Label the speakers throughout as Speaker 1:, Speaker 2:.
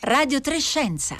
Speaker 1: Radio 3 Scienza.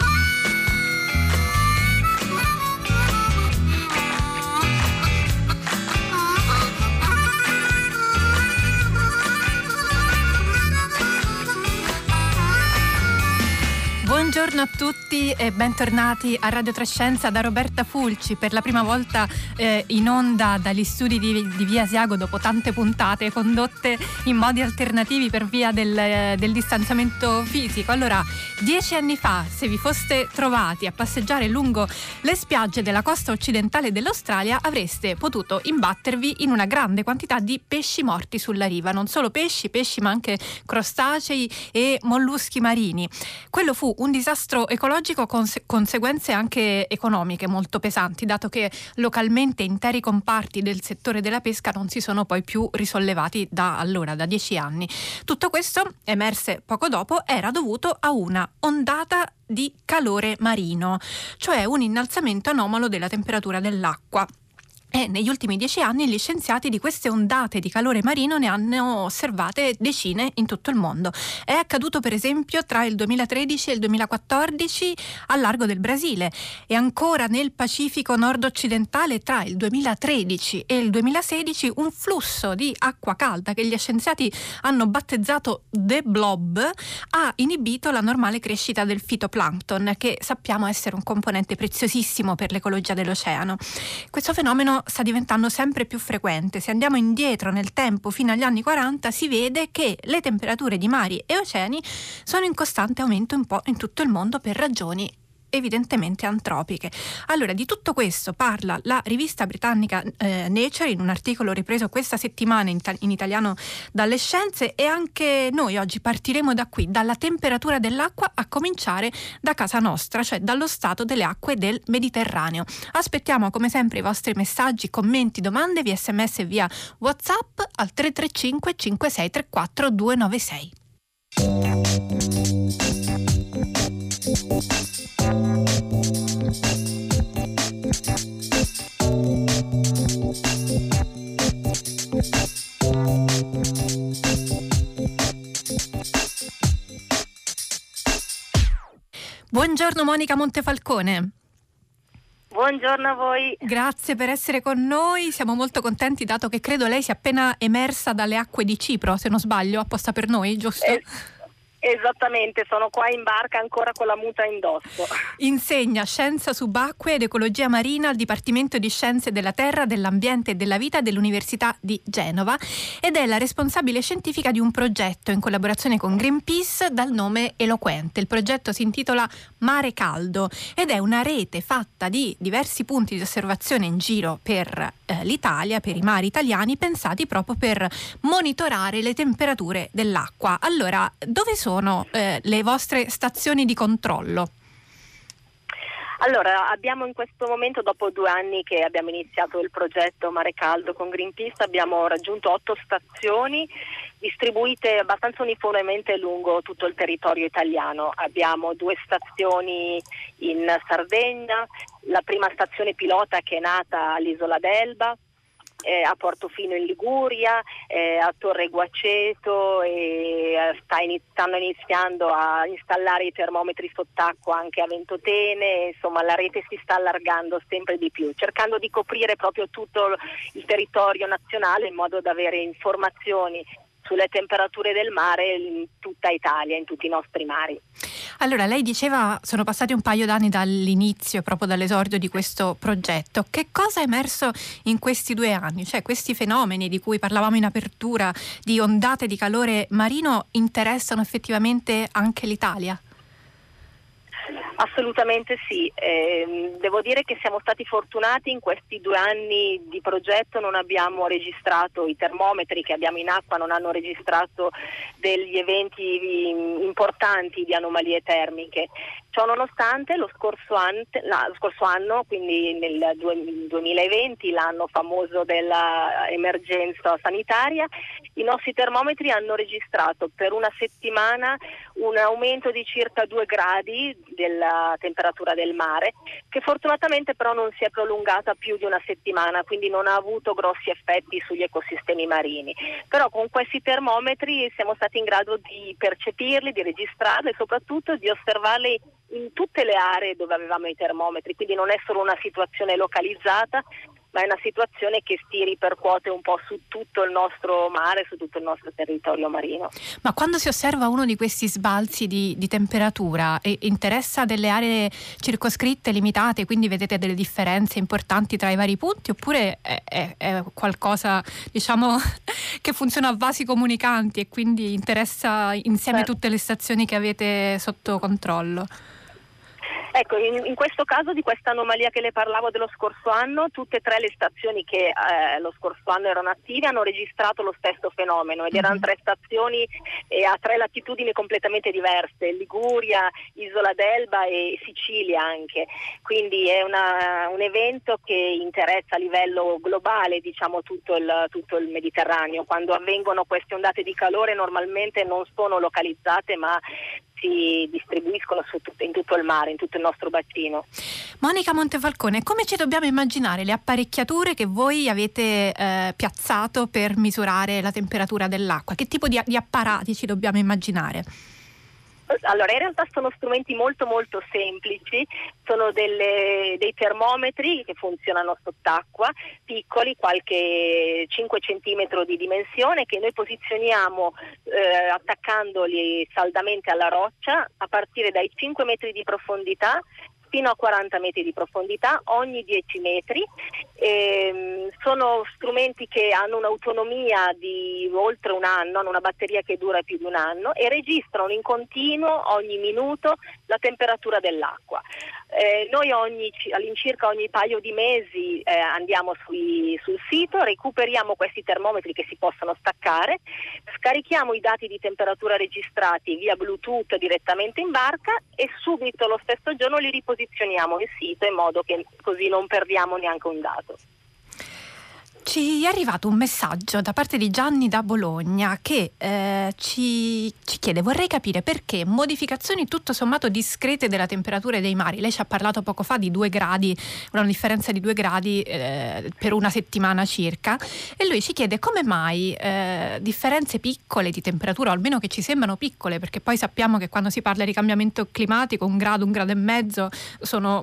Speaker 2: Buongiorno a tutti e bentornati a Radio 3 Scienza da Roberta Fulci, per la prima volta in onda dagli studi di Via Asiago dopo tante puntate condotte in modi alternativi per via del distanziamento fisico. Allora, 10 anni fa, se vi foste trovati a passeggiare lungo le spiagge della costa occidentale dell'Australia, avreste potuto imbattervi in una grande quantità di pesci morti sulla riva. Non solo pesci ma anche crostacei e molluschi marini. Quello fu un disastro ecologico con conseguenze anche economiche molto pesanti, dato che localmente interi comparti del settore della pesca non si sono poi più risollevati da 10 anni. Tutto questo, emerse poco dopo, era dovuto a una ondata di calore marino, cioè un innalzamento anomalo della temperatura dell'acqua. E negli ultimi 10 anni gli scienziati di queste ondate di calore marino ne hanno osservate decine in tutto il mondo. È accaduto per esempio tra il 2013 e il 2014 al largo del Brasile, e ancora nel Pacifico nord-occidentale tra il 2013 e il 2016 un flusso di acqua calda che gli scienziati hanno battezzato The Blob ha inibito la normale crescita del fitoplancton, che sappiamo essere un componente preziosissimo per l'ecologia dell'oceano. Questo fenomeno sta diventando sempre più frequente. Se andiamo indietro nel tempo fino agli anni 40 si vede che le temperature di mari e oceani sono in costante aumento un po' in tutto il mondo per ragioni evidentemente antropiche. Allora, di tutto questo parla la rivista britannica Nature in un articolo ripreso questa settimana in italiano dalle Scienze, e anche noi oggi partiremo da qui, dalla temperatura dell'acqua, a cominciare da casa nostra, cioè dallo stato delle acque del Mediterraneo. Aspettiamo come sempre i vostri messaggi, commenti, domande via SMS e via WhatsApp al 335 5634 296. Buongiorno Monica Montefalcone.
Speaker 3: Buongiorno a voi.
Speaker 2: Grazie per essere con noi, siamo molto contenti dato che credo lei sia appena emersa dalle acque di Cipro, se non sbaglio, apposta per noi, giusto?
Speaker 3: Esattamente, sono qua in barca ancora con la muta indosso.
Speaker 2: Insegna scienza subacquea ed ecologia marina al Dipartimento di Scienze della Terra, dell'Ambiente e della Vita dell'Università di Genova, ed è la responsabile scientifica di un progetto in collaborazione con Greenpeace dal nome eloquente. Il progetto si intitola Mare Caldo ed è una rete fatta di diversi punti di osservazione in giro per l'Italia, per i mari italiani, pensati proprio per monitorare le temperature dell'acqua. Allora, dove sono le vostre stazioni di controllo?
Speaker 3: Allora, abbiamo in questo momento, dopo 2 anni che abbiamo iniziato il progetto Mare Caldo con Greenpeace, abbiamo raggiunto 8 stazioni distribuite abbastanza uniformemente lungo tutto il territorio italiano. Abbiamo 2 stazioni in Sardegna, la prima stazione pilota che è nata all'isola d'Elba, a Portofino in Liguria, a Torre Guaceto, e stanno iniziando a installare i termometri sott'acqua anche a Ventotene. Insomma, la rete si sta allargando sempre di più, cercando di coprire proprio tutto il territorio nazionale in modo da avere informazioni sulle temperature del mare in tutta Italia, in tutti i nostri mari.
Speaker 2: Allora, lei diceva sono passati un paio d'anni dall'inizio, proprio dall'esordio di questo progetto. Che cosa è emerso in questi 2 anni? Cioè, questi fenomeni di cui parlavamo in apertura, di ondate di calore marino, interessano effettivamente anche l'Italia?
Speaker 3: Assolutamente sì, devo dire che siamo stati fortunati. In questi 2 anni di progetto non abbiamo registrato, i termometri che abbiamo in acqua non hanno registrato degli eventi importanti di anomalie termiche. Ciò Ciò nonostante lo scorso anno, quindi nel 2020, l'anno famoso dell'emergenza sanitaria, i nostri termometri hanno registrato per una settimana un aumento di circa 2 gradi della temperatura del mare, che fortunatamente però non si è prolungata più di una settimana, quindi non ha avuto grossi effetti sugli ecosistemi marini. Però con questi termometri siamo stati in grado di percepirli, di registrarli e soprattutto di osservarli in tutte le aree dove avevamo i termometri, quindi non è solo una situazione localizzata, ma è una situazione che si ripercuote un po' su tutto il nostro mare, su tutto il nostro territorio marino.
Speaker 2: Ma quando si osserva uno di questi sbalzi di temperatura, interessa delle aree circoscritte, limitate, quindi vedete delle differenze importanti tra i vari punti, oppure è qualcosa, diciamo, che funziona a vasi comunicanti e quindi interessa insieme tutte le stazioni che avete sotto controllo?
Speaker 3: Ecco, in questo caso di questa anomalia che le parlavo dello scorso anno, tutte e 3 le stazioni che lo scorso anno erano attive hanno registrato lo stesso fenomeno ed erano 3 stazioni a 3 latitudini completamente diverse, Liguria, Isola d'Elba e Sicilia anche, quindi è un evento che interessa a livello globale, diciamo, tutto il Mediterraneo. Quando avvengono queste ondate di calore normalmente non sono localizzate ma si distribuiscono in tutto il mare, in tutto il nostro bacino.
Speaker 2: Monica Montefalcone, come ci dobbiamo immaginare le apparecchiature che voi avete piazzato per misurare la temperatura dell'acqua? Che tipo di apparati ci dobbiamo immaginare?
Speaker 3: Allora, in realtà sono strumenti molto molto semplici, sono dei termometri che funzionano sott'acqua, piccoli, qualche 5 centimetri di dimensione, che noi posizioniamo attaccandoli saldamente alla roccia a partire dai 5 metri di profondità fino a 40 metri di profondità ogni 10 metri. Sono strumenti che hanno un'autonomia di oltre un anno, hanno una batteria che dura più di un anno e registrano in continuo ogni minuto la temperatura dell'acqua. Noi all'incirca ogni paio di mesi andiamo sul sito, recuperiamo questi termometri che si possono staccare, scarichiamo i dati di temperatura registrati via Bluetooth direttamente in barca e subito lo stesso giorno li riposizioniamo in sito in modo che così non perdiamo neanche un dato.
Speaker 2: Ci è arrivato un messaggio da parte di Gianni da Bologna che ci chiede: vorrei capire perché modificazioni tutto sommato discrete della temperatura dei mari. Lei ci ha parlato poco fa di 2 gradi, una differenza di 2 gradi per una settimana circa, e lui ci chiede come mai differenze piccole di temperatura, o almeno che ci sembrano piccole, perché poi sappiamo che quando si parla di cambiamento climatico 1 grado, 1 grado e mezzo sono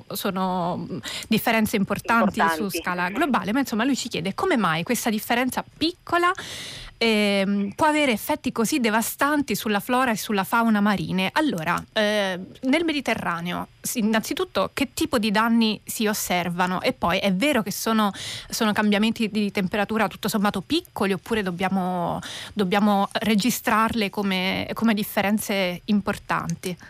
Speaker 2: differenze importanti su scala globale, ma insomma lui ci chiede come mai questa differenza piccola può avere effetti così devastanti sulla flora e sulla fauna marine. Allora, nel Mediterraneo, innanzitutto, che tipo di danni si osservano? E poi è vero che sono cambiamenti di temperatura tutto sommato piccoli, oppure dobbiamo registrarle come differenze importanti?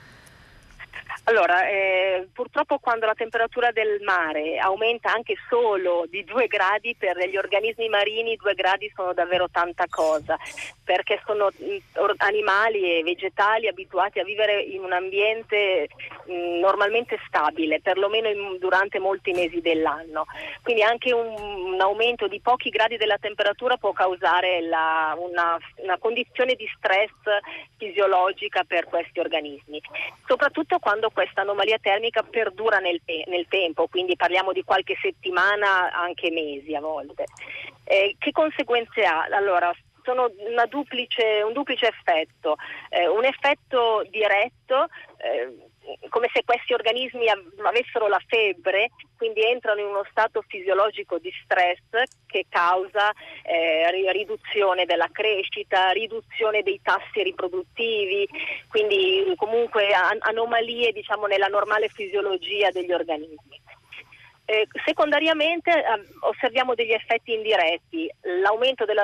Speaker 3: Allora, purtroppo quando la temperatura del mare aumenta anche solo di 2 gradi, per gli organismi marini 2 gradi sono davvero tanta cosa, perché sono animali e vegetali abituati a vivere in un ambiente normalmente stabile, perlomeno durante molti mesi dell'anno. Quindi anche un aumento di pochi gradi della temperatura può causare una condizione di stress fisiologica per questi organismi, soprattutto quando questa anomalia termica perdura nel tempo, quindi parliamo di qualche settimana, anche mesi a volte. Che conseguenze ha? Allora, sono un duplice effetto, un effetto diretto, come se questi organismi avessero la febbre, quindi entrano in uno stato fisiologico di stress che causa riduzione della crescita, riduzione dei tassi riproduttivi, quindi comunque anomalie, diciamo, nella normale fisiologia degli organismi. Secondariamente osserviamo degli effetti indiretti. L'aumento della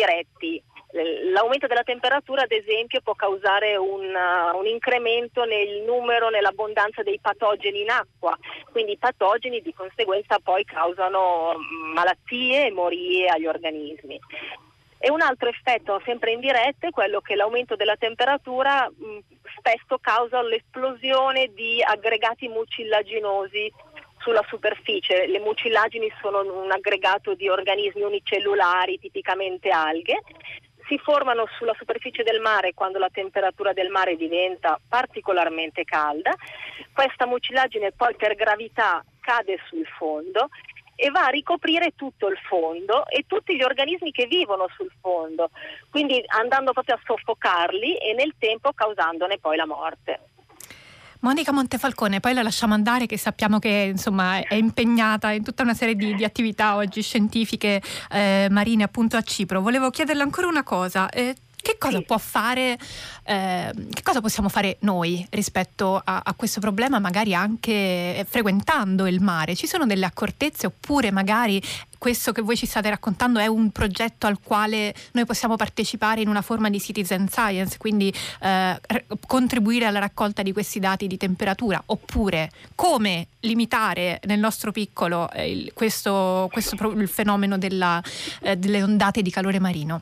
Speaker 3: temperatura, ad esempio, può causare un incremento nel numero, nell'abbondanza dei patogeni in acqua, quindi i patogeni di conseguenza poi causano malattie e morie agli organismi. E un altro effetto sempre indiretto è quello che l'aumento della temperatura spesso causa l'esplosione di aggregati mucillaginosi sulla superficie. Le mucillagini sono un aggregato di organismi unicellulari, tipicamente alghe. Si formano sulla superficie del mare quando la temperatura del mare diventa particolarmente calda. Questa mucillagine poi per gravità cade sul fondo e va a ricoprire tutto il fondo e tutti gli organismi che vivono sul fondo, quindi andando proprio a soffocarli e nel tempo causandone poi la morte.
Speaker 2: Monica Montefalcone, poi la lasciamo andare, che sappiamo che insomma è impegnata in tutta una serie di attività oggi scientifiche marine appunto a Cipro. Volevo chiederle ancora una cosa. Che cosa può fare, che cosa possiamo fare noi rispetto a questo problema, magari anche frequentando il mare? Ci sono delle accortezze, oppure magari questo che voi ci state raccontando è un progetto al quale noi possiamo partecipare in una forma di citizen science, quindi contribuire alla raccolta di questi dati di temperatura, oppure come limitare nel nostro piccolo il fenomeno delle ondate di calore marino?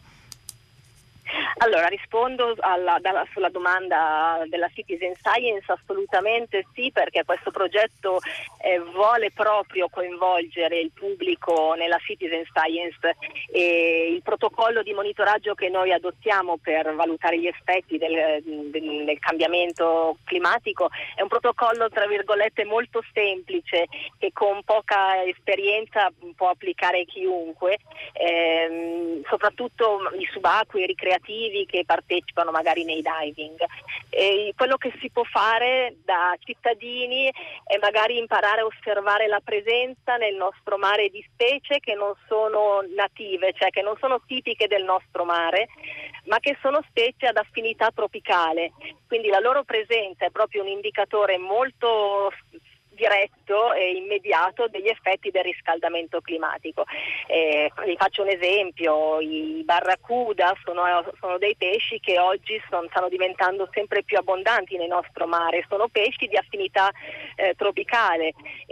Speaker 3: Allora, rispondo sulla domanda della Citizen Science, assolutamente sì, perché questo progetto vuole proprio coinvolgere il pubblico nella Citizen Science, e il protocollo di monitoraggio che noi adottiamo per valutare gli effetti del cambiamento climatico è un protocollo tra virgolette molto semplice, che con poca esperienza può applicare chiunque, soprattutto i subacquei ricreativi che partecipano magari nei diving. Quello che si può fare da cittadini è magari imparare a osservare la presenza nel nostro mare di specie che non sono native, cioè che non sono tipiche del nostro mare, ma che sono specie ad affinità tropicale. Quindi la loro presenza è proprio un indicatore molto diretto e immediato degli effetti del riscaldamento climatico. Vi faccio un esempio: i barracuda sono dei pesci che oggi stanno diventando sempre più abbondanti nel nostro mare, sono pesci di affinità tropicale,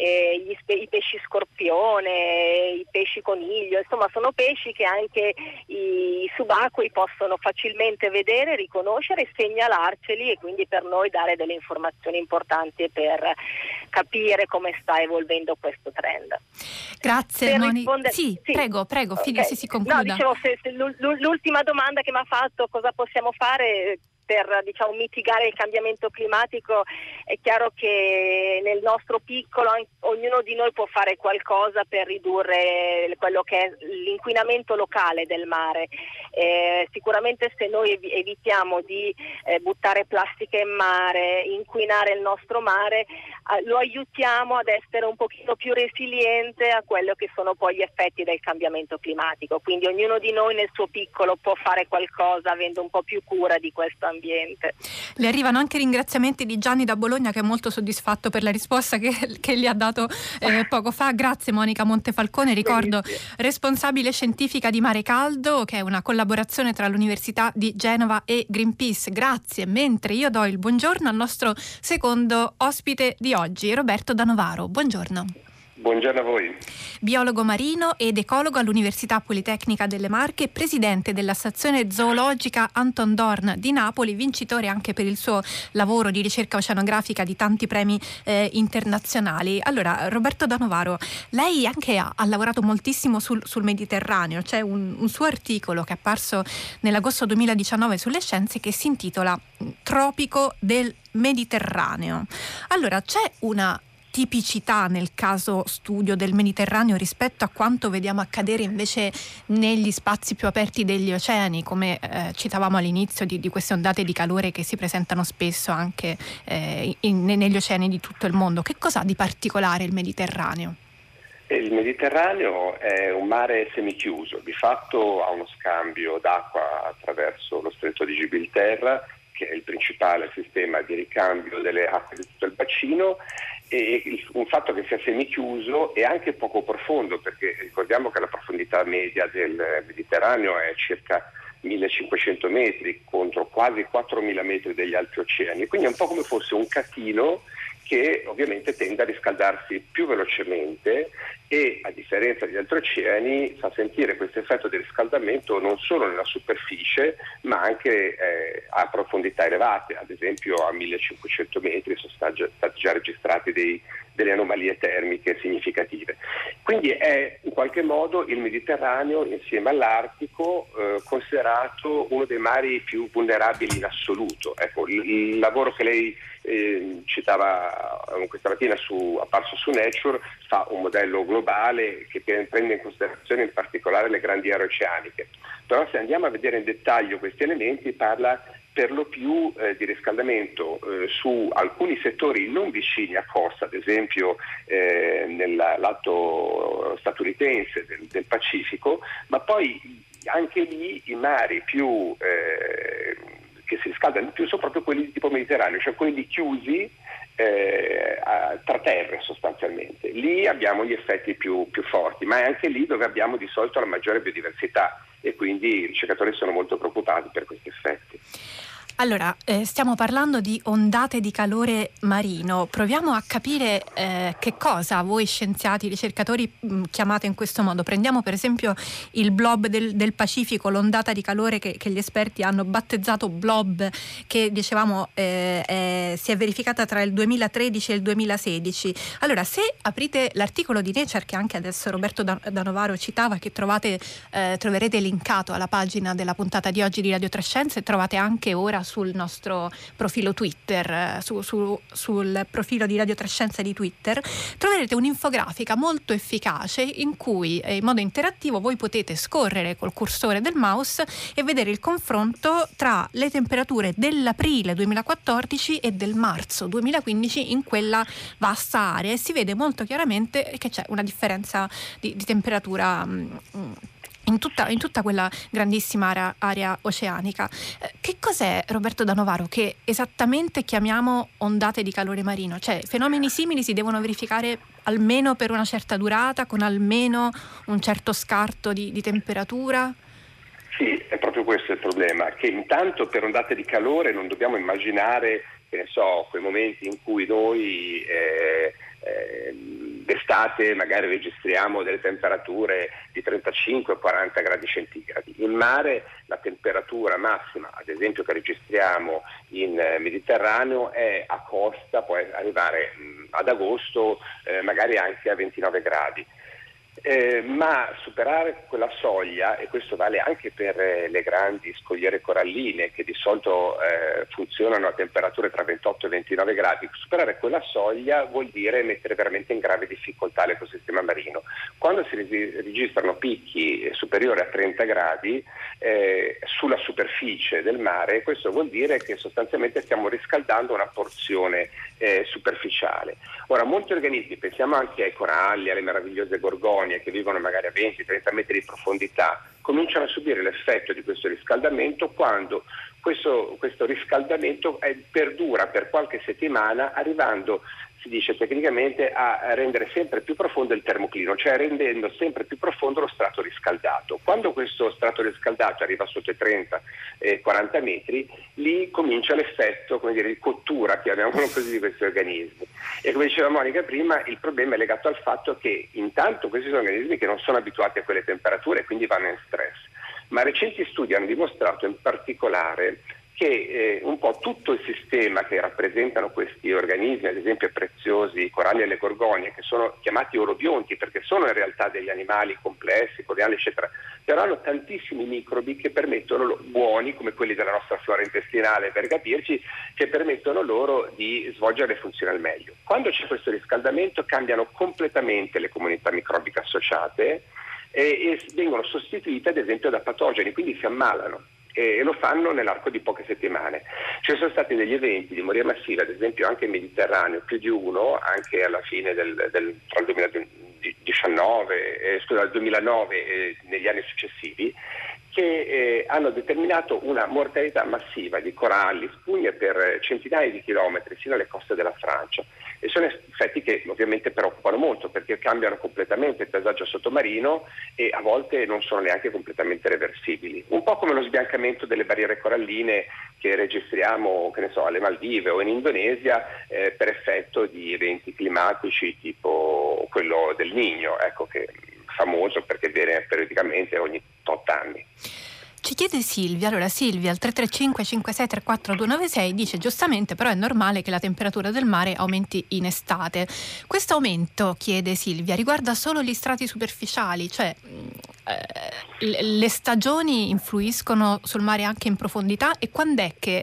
Speaker 3: i pesci scorpione, i pesci coniglio, insomma sono pesci che anche i subacquei possono facilmente vedere, riconoscere e segnalarceli, e quindi per noi dare delle informazioni importanti per capire come sta evolvendo questo trend.
Speaker 2: Grazie Monica. Sì, prego, figli,
Speaker 3: okay.
Speaker 2: Si concluda.
Speaker 3: No, dicevo, l'ultima domanda che mi ha fatto, cosa possiamo fare per mitigare il cambiamento climatico, è chiaro che nel nostro piccolo ognuno di noi può fare qualcosa per ridurre quello che è l'inquinamento locale del mare. Sicuramente se noi evitiamo di buttare plastica in mare, inquinare il nostro mare, lo aiutiamo ad essere un pochino più resiliente a quello che sono poi gli effetti del cambiamento climatico. Quindi ognuno di noi nel suo piccolo può fare qualcosa avendo un po' più cura di questo ambiente.
Speaker 2: Le arrivano anche ringraziamenti di Gianni da Bologna, che è molto soddisfatto per la risposta che gli ha dato poco fa. Grazie Monica Montefalcone, ricordo responsabile scientifica di Mare Caldo, che è una collaborazione tra l'Università di Genova e Greenpeace. Grazie, mentre io do il buongiorno al nostro secondo ospite di oggi, Roberto Da Novaro. Buongiorno.
Speaker 1: Buongiorno a voi.
Speaker 2: Biologo marino ed ecologo all'Università Politecnica delle Marche, presidente della stazione zoologica Anton Dorn di Napoli, vincitore anche per il suo lavoro di ricerca oceanografica di tanti premi internazionali. Allora, Roberto Da Novaro, lei anche ha lavorato moltissimo sul Mediterraneo. C'è un suo articolo che è apparso nell'agosto 2019 sulle Scienze che si intitola Tropico del Mediterraneo. Allora, c'è una tipicità nel caso studio del Mediterraneo rispetto a quanto vediamo accadere invece negli spazi più aperti degli oceani, come citavamo all'inizio di queste ondate di calore che si presentano spesso anche negli oceani di tutto il mondo? Che cosa ha di particolare il Mediterraneo?
Speaker 1: Il Mediterraneo è un mare semichiuso, di fatto ha uno scambio d'acqua attraverso lo Stretto di Gibilterra, che è il principale sistema di ricambio delle acque di tutto il bacino, e un fatto che sia semichiuso e anche poco profondo, perché ricordiamo che la profondità media del Mediterraneo è circa 1500 metri contro quasi 4000 metri degli altri oceani, quindi è un po' come fosse un catino che ovviamente tende a riscaldarsi più velocemente e, a differenza degli altri oceani, fa sentire questo effetto di riscaldamento non solo nella superficie ma anche a profondità elevate. Ad esempio a 1500 metri sono stati già registrati delle anomalie termiche significative. Quindi è in qualche modo il Mediterraneo, insieme all'Artico, considerato uno dei mari più vulnerabili in assoluto. Ecco, il lavoro che lei citava questa mattina apparso su Nature fa un modello globale che prende in considerazione in particolare le grandi aree oceaniche. Però se andiamo a vedere in dettaglio questi elementi, parla per lo più di riscaldamento su alcuni settori non vicini a costa, ad esempio nel lato statunitense del Pacifico, ma poi anche lì i mari più che si riscaldano di più sono proprio quelli di tipo mediterraneo, cioè quelli chiusi tra terre sostanzialmente. Lì abbiamo gli effetti più forti, ma è anche lì dove abbiamo di solito la maggiore biodiversità e quindi i ricercatori sono molto preoccupati per questi effetti.
Speaker 2: Allora, stiamo parlando di ondate di calore marino. Proviamo a capire che cosa voi scienziati, ricercatori chiamate in questo modo. Prendiamo per esempio il blob del Pacifico, l'ondata di calore che gli esperti hanno battezzato blob, che dicevamo si è verificata tra il 2013 e il 2016. Allora, se aprite l'articolo di Nature, che anche adesso Roberto da Novaro citava, che troverete linkato alla pagina della puntata di oggi di Radio Trescenze, trovate anche ora sul nostro profilo Twitter, sul profilo di Radio Trescenze di Twitter, troverete un'infografica molto efficace in cui in modo interattivo voi potete scorrere col cursore del mouse e vedere il confronto tra le temperature dell'aprile 2014 e del marzo 2015 in quella vasta area, e si vede molto chiaramente che c'è una differenza di temperatura in tutta quella grandissima area oceanica. Che cos'è, Roberto da Novaro, che esattamente chiamiamo ondate di calore marino? Cioè, fenomeni simili si devono verificare almeno per una certa durata, con almeno un certo scarto di temperatura?
Speaker 1: Sì, è proprio questo il problema, che intanto per ondate di calore non dobbiamo immaginare, che ne so, quei momenti in cui noi d'estate magari registriamo delle temperature di 35-40 gradi centigradi. In mare la temperatura massima, ad esempio, che registriamo in Mediterraneo è a costa, può arrivare ad agosto magari anche a 29 gradi. Ma superare quella soglia, e questo vale anche per le grandi scogliere coralline che di solito funzionano a temperature tra 28 e 29 gradi, superare quella soglia vuol dire mettere veramente in grave difficoltà l'ecosistema marino. Quando si registrano picchi superiori a 30 gradi sulla superficie del mare, questo vuol dire che sostanzialmente stiamo riscaldando una porzione superficiale. Ora, molti organismi, pensiamo anche ai coralli, alle meravigliose gorgonie che vivono magari a 20-30 metri di profondità, cominciano a subire l'effetto di questo riscaldamento quando questo riscaldamento perdura per qualche settimana, arrivando, si dice tecnicamente, a rendere sempre più profondo il termoclino, cioè rendendo sempre più profondo lo strato riscaldato. Quando questo strato riscaldato arriva sotto i 30-40 metri, lì comincia l'effetto, come dire, di cottura, chiamiamolo così, di questi organismi. E come diceva Monica prima, il problema è legato al fatto che intanto questi sono organismi che non sono abituati a quelle temperature e quindi vanno in stress. Ma recenti studi hanno dimostrato in particolare che un po' tutto il sistema che rappresentano questi organismi, ad esempio preziosi, i coralli e le gorgonie, che sono chiamati orobionti perché sono in realtà degli animali complessi, coralli eccetera, però hanno tantissimi microbi che permettono, buoni come quelli della nostra flora intestinale per capirci, che permettono loro di svolgere le funzioni al meglio. Quando c'è questo riscaldamento cambiano completamente le comunità microbiche associate e vengono sostituite ad esempio da patogeni, quindi si ammalano. E lo fanno nell'arco di poche settimane. Ci sono stati degli eventi di moria massiva, ad esempio anche in Mediterraneo, più di uno, anche alla fine tra il 2009 e negli anni successivi, che hanno determinato una mortalità massiva di coralli, spugne per centinaia di chilometri sino alle coste della Francia. E sono effetti che ovviamente preoccupano molto perché cambiano completamente il paesaggio sottomarino e a volte non sono neanche completamente reversibili. Un po' come lo sbiancamento delle barriere coralline che registriamo, che ne so, alle Maldive o in Indonesia per effetto di eventi climatici tipo quello del Niño, ecco, che è famoso perché viene periodicamente ogni 8 anni.
Speaker 2: Ci chiede Silvia, allora Silvia al 335 56 34 296 dice giustamente però è normale che la temperatura del mare aumenti in estate. Questo aumento, chiede Silvia, riguarda solo gli strati superficiali, cioè le stagioni influiscono sul mare anche in profondità, e quando è che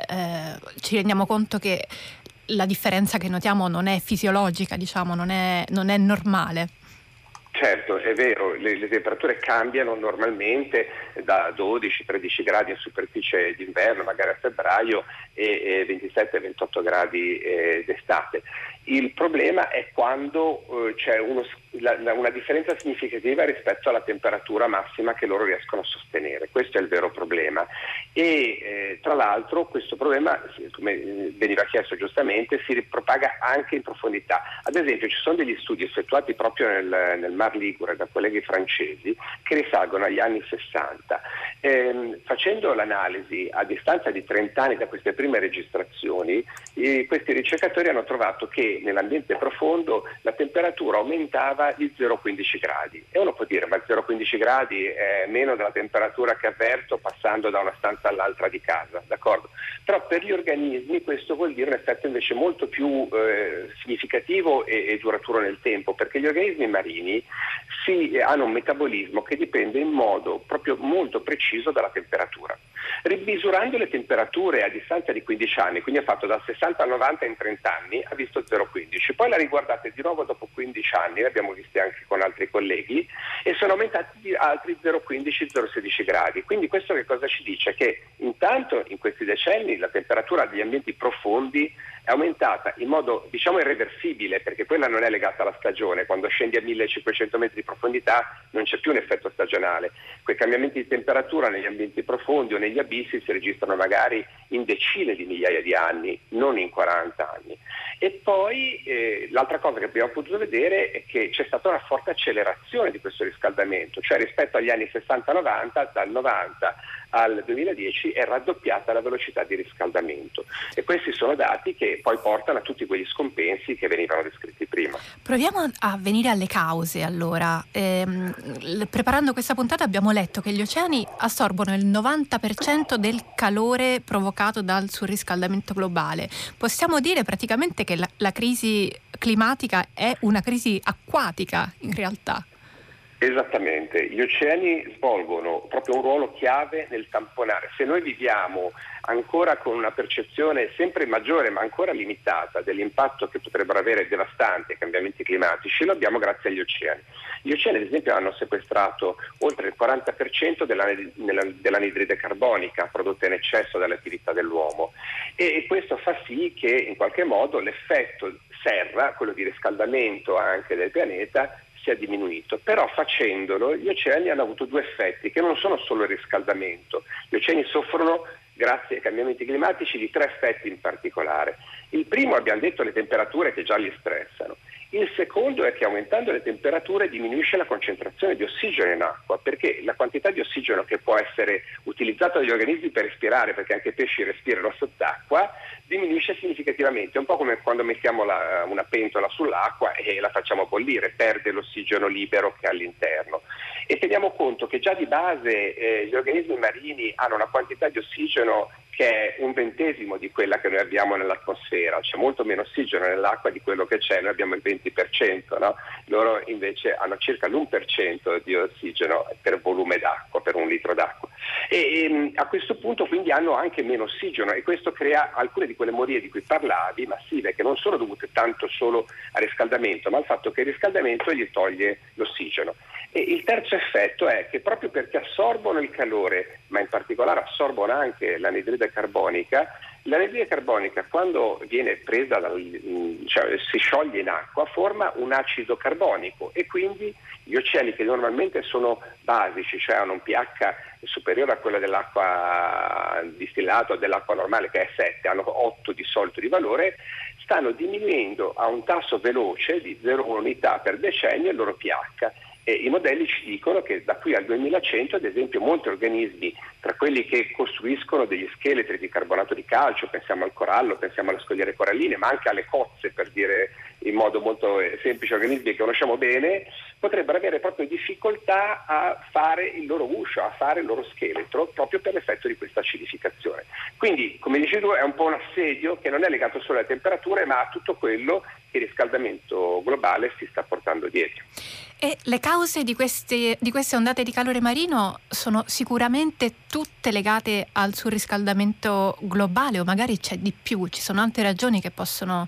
Speaker 2: ci rendiamo conto che la differenza che notiamo non è fisiologica, diciamo, non è normale?
Speaker 1: Certo, è vero, le temperature cambiano normalmente da 12-13 gradi in superficie d'inverno, magari a febbraio, e 27-28 gradi d'estate. Il problema è quando c'è una differenza significativa rispetto alla temperatura massima che loro riescono a sostenere. Questo è il vero problema. E tra l'altro questo problema, come veniva chiesto giustamente, si ripropaga anche in profondità. Ad esempio ci sono degli studi effettuati proprio nel Mar Ligure da colleghi francesi che risalgono agli anni 60. Facendo l'analisi a distanza di 30 anni da queste prime registrazioni, questi ricercatori hanno trovato che nell'ambiente profondo la temperatura aumentava di 0,15 gradi. E uno può dire, ma 0,15 gradi è meno della temperatura che avverto passando da una stanza all'altra di casa, d'accordo? Però per gli organismi questo vuol dire un effetto invece molto più significativo e duraturo nel tempo, perché gli organismi marini hanno un metabolismo che dipende in modo proprio molto preciso dalla temperatura. Rimisurando le temperature a distanza di 15 anni, quindi ha fatto dal 60 al 90 in 30 anni, ha visto 0,15, poi la riguardate di nuovo dopo 15 anni, l'abbiamo visti anche con altri colleghi, e sono aumentati di altri 0,15-0,16 gradi. Quindi questo che cosa ci dice? Che intanto in questi decenni la temperatura degli ambienti profondi è aumentata in modo, diciamo, irreversibile, perché quella non è legata alla stagione. Quando scendi a 1500 metri di profondità non c'è più un effetto stagionale. Quei cambiamenti di temperatura negli ambienti profondi o negli abissi si registrano magari in decine di migliaia di anni, non in 40 anni. E poi l'altra cosa che abbiamo potuto vedere è che c'è stata una forte accelerazione di questo riscaldamento, cioè rispetto agli anni 60-90, dal 90 al 2010 è raddoppiata la velocità di riscaldamento, e questi sono dati che poi portano a tutti quegli scompensi che venivano descritti prima.
Speaker 2: Proviamo a venire alle cause allora. Preparando questa puntata abbiamo letto che gli oceani assorbono il 90% del calore provocato dal surriscaldamento globale. Possiamo dire praticamente che la crisi climatica è una crisi acquatica in realtà.
Speaker 1: Esattamente, gli oceani svolgono proprio un ruolo chiave nel tamponare. Se noi viviamo ancora con una percezione sempre maggiore ma ancora limitata dell'impatto che potrebbero avere devastanti i cambiamenti climatici, lo abbiamo grazie agli oceani. Gli oceani ad esempio hanno sequestrato oltre il 40% dell'anidride carbonica prodotta in eccesso dalle attività dell'uomo, e questo fa sì che in qualche modo l'effetto serra, quello di riscaldamento anche del pianeta, sia diminuito. Però facendolo gli oceani hanno avuto due effetti che non sono solo il riscaldamento. Gli oceani soffrono grazie ai cambiamenti climatici di tre effetti in particolare. Il primo, abbiamo detto, le temperature che già li stressano. Il secondo è che aumentando le temperature diminuisce la concentrazione di ossigeno in acqua, perché la quantità di ossigeno che può essere utilizzata dagli organismi per respirare, perché anche i pesci respirano sott'acqua, diminuisce significativamente. È un po' come quando mettiamo una pentola sull'acqua e la facciamo bollire, perde l'ossigeno libero che è all'interno. E teniamo conto che già di base gli organismi marini hanno una quantità di ossigeno che è 1/20 di quella che noi abbiamo nell'atmosfera. C'è molto meno ossigeno nell'acqua di quello che c'è, noi abbiamo il 20%, no? Loro invece hanno circa l'1% di ossigeno per volume d'acqua, per un litro d'acqua. E a questo punto quindi hanno anche meno ossigeno, e questo crea alcune di quelle morie di cui parlavi, massive, che non sono dovute tanto solo al riscaldamento, ma al fatto che il riscaldamento gli toglie l'ossigeno. E il terzo effetto è che proprio perché assorbono il calore, ma in particolare assorbono anche l'anidride carbonica, l'anidride carbonica quando viene presa, cioè si scioglie in acqua, forma un acido carbonico, e quindi gli oceani, che normalmente sono basici, cioè hanno un pH superiore a quello dell'acqua distillata o dell'acqua normale che è 7, hanno 8 di solito di valore, stanno diminuendo a un tasso veloce di 0,1 unità per decennio il loro pH. E i modelli ci dicono che da qui al 2100, ad esempio, molti organismi, tra quelli che costruiscono degli scheletri di carbonato di calcio, pensiamo al corallo, pensiamo alle scogliere coralline, ma anche alle cozze, per dire in modo molto semplice organismi che conosciamo bene, potrebbero avere proprio difficoltà a fare il loro guscio, a fare il loro scheletro, proprio per l'effetto di questa acidificazione. Quindi, come dici tu, è un po' un assedio che non è legato solo alle temperature, ma a tutto quello che il riscaldamento globale si sta portando dietro.
Speaker 2: E le cause di queste ondate di calore marino sono sicuramente tutte legate al surriscaldamento globale, o magari c'è di più, ci sono altre ragioni che possono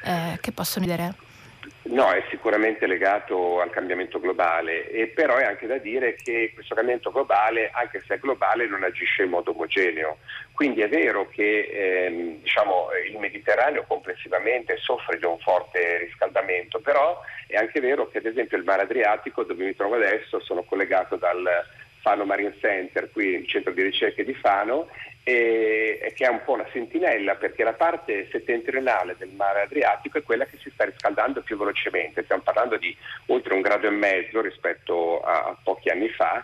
Speaker 2: vedere?
Speaker 1: No, è sicuramente legato al cambiamento globale, e però è anche da dire che questo cambiamento globale, anche se è globale, non agisce in modo omogeneo. Quindi è vero che il Mediterraneo complessivamente soffre di un forte riscaldamento, però è anche vero che ad esempio il Mar Adriatico, dove mi trovo adesso, sono collegato dal Fano Marine Center, qui il centro di ricerche di Fano, e che è un po' una sentinella, perché la parte settentrionale del mare Adriatico è quella che si sta riscaldando più velocemente. Stiamo parlando di oltre 1,5 gradi rispetto a pochi anni fa,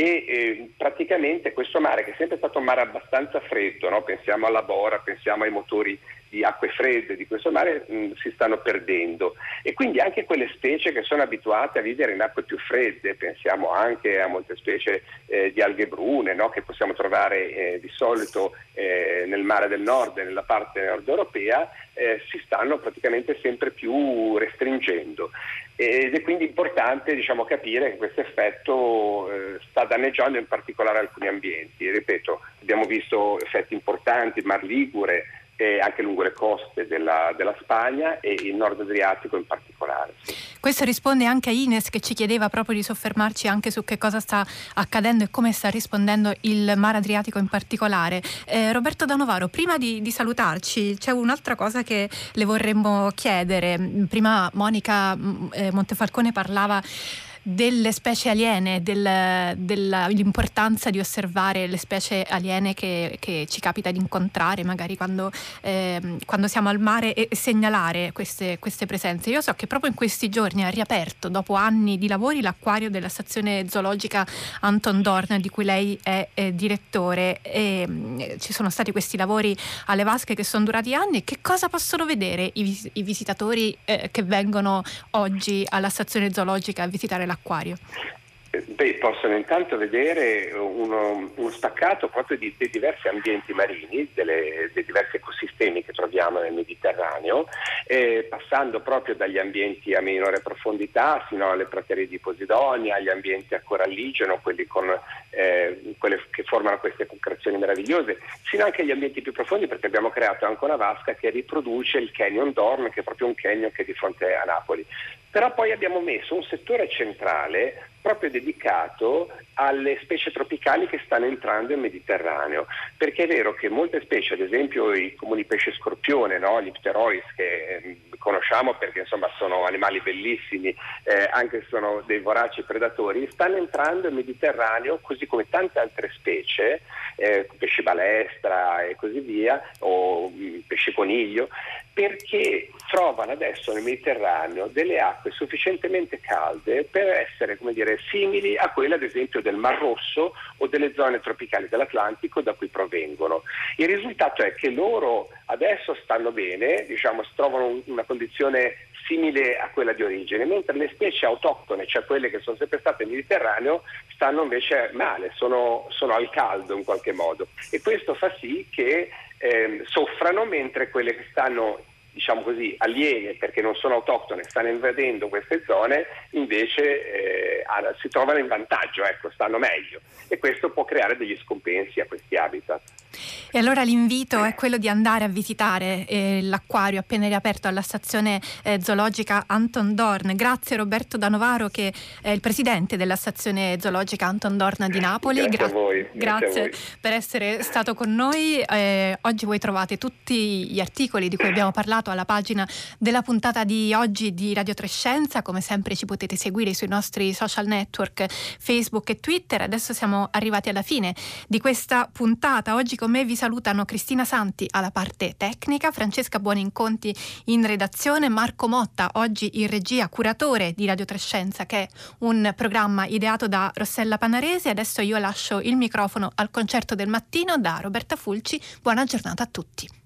Speaker 1: e praticamente questo mare, che è sempre stato un mare abbastanza freddo, no? Pensiamo alla Bora, pensiamo ai motori di acque fredde di questo mare, si stanno perdendo, e quindi anche quelle specie che sono abituate a vivere in acque più fredde, pensiamo anche a molte specie di alghe brune, no? Che possiamo trovare di solito nel mare del nord e nella parte nord europea, si stanno praticamente sempre più restringendo, ed è quindi importante capire che questo effetto sta danneggiando in particolare alcuni ambienti. Ripeto, abbiamo visto effetti importanti, Mar Ligure, anche lungo le coste della Spagna e il nord Adriatico in particolare. Sì.
Speaker 2: Questo risponde anche a Ines, che ci chiedeva proprio di soffermarci anche su che cosa sta accadendo e come sta rispondendo il Mar Adriatico in particolare. Roberto Da Novaro, prima di salutarci, c'è un'altra cosa che le vorremmo chiedere. Prima Monica Montefalcone parlava delle specie aliene, dell'importanza di osservare le specie aliene che ci capita di incontrare magari quando siamo al mare, e segnalare queste presenze. Io so che proprio in questi giorni ha riaperto, dopo anni di lavori, l'acquario della stazione zoologica Anton Dorn, di cui lei è direttore, e ci sono stati questi lavori alle vasche che sono durati anni. Che cosa possono vedere i visitatori che vengono oggi alla stazione zoologica a visitare l'acquario?
Speaker 1: Possono intanto vedere uno staccato proprio dei diversi ambienti marini, dei diversi ecosistemi che troviamo nel Mediterraneo, passando proprio dagli ambienti a minore profondità fino alle praterie di Posidonia, agli ambienti a coralligeno, quelli con quelle che formano queste concrezioni meravigliose, fino anche agli ambienti più profondi, perché abbiamo creato anche una vasca che riproduce il Canyon Dorn, che è proprio un canyon che è di fronte a Napoli. Però poi abbiamo messo un settore centrale proprio dedicato alle specie tropicali che stanno entrando in Mediterraneo, perché è vero che molte specie, ad esempio i comuni pesce scorpione, no? Gli pterois, che conosciamo perché insomma sono animali bellissimi, anche se sono dei voraci predatori, stanno entrando in Mediterraneo, così come tante altre specie, pesce balestra e così via, o pesce coniglio, perché trovano adesso nel Mediterraneo delle acque sufficientemente calde per essere, simili a quelle ad esempio del Mar Rosso o delle zone tropicali dell'Atlantico da cui provengono. Il risultato è che loro adesso stanno bene, si trovano una condizione simile a quella di origine, mentre le specie autoctone, cioè quelle che sono sempre state nel Mediterraneo, stanno invece male, sono al caldo in qualche modo, e questo fa sì che soffrano, mentre quelle che stanno aliene, perché non sono autoctone, stanno invadendo queste zone, invece si trovano in vantaggio, stanno meglio, e questo può creare degli scompensi a questi habitat.
Speaker 2: E allora l'invito è quello di andare a visitare l'acquario appena riaperto alla stazione zoologica Anton Dorn. Grazie Roberto Da Novaro, che è il presidente della stazione zoologica Anton Dorn di Napoli.
Speaker 1: Grazie a voi.
Speaker 2: Grazie per essere stato con noi. Oggi voi trovate tutti gli articoli di cui abbiamo parlato alla pagina della puntata di oggi di Radio Trescenza. Come sempre ci potete seguire sui nostri social network Facebook e Twitter. Adesso siamo arrivati alla fine di questa puntata. Oggi con me vi salutano Cristina Santi alla parte tecnica, Francesca Buoninconti in redazione, Marco Motta oggi in regia, curatore di Radio Trescenza, che è un programma ideato da Rossella Panarese. Adesso io lascio il microfono al Concerto del Mattino da Roberta Fulci. Buona giornata a tutti.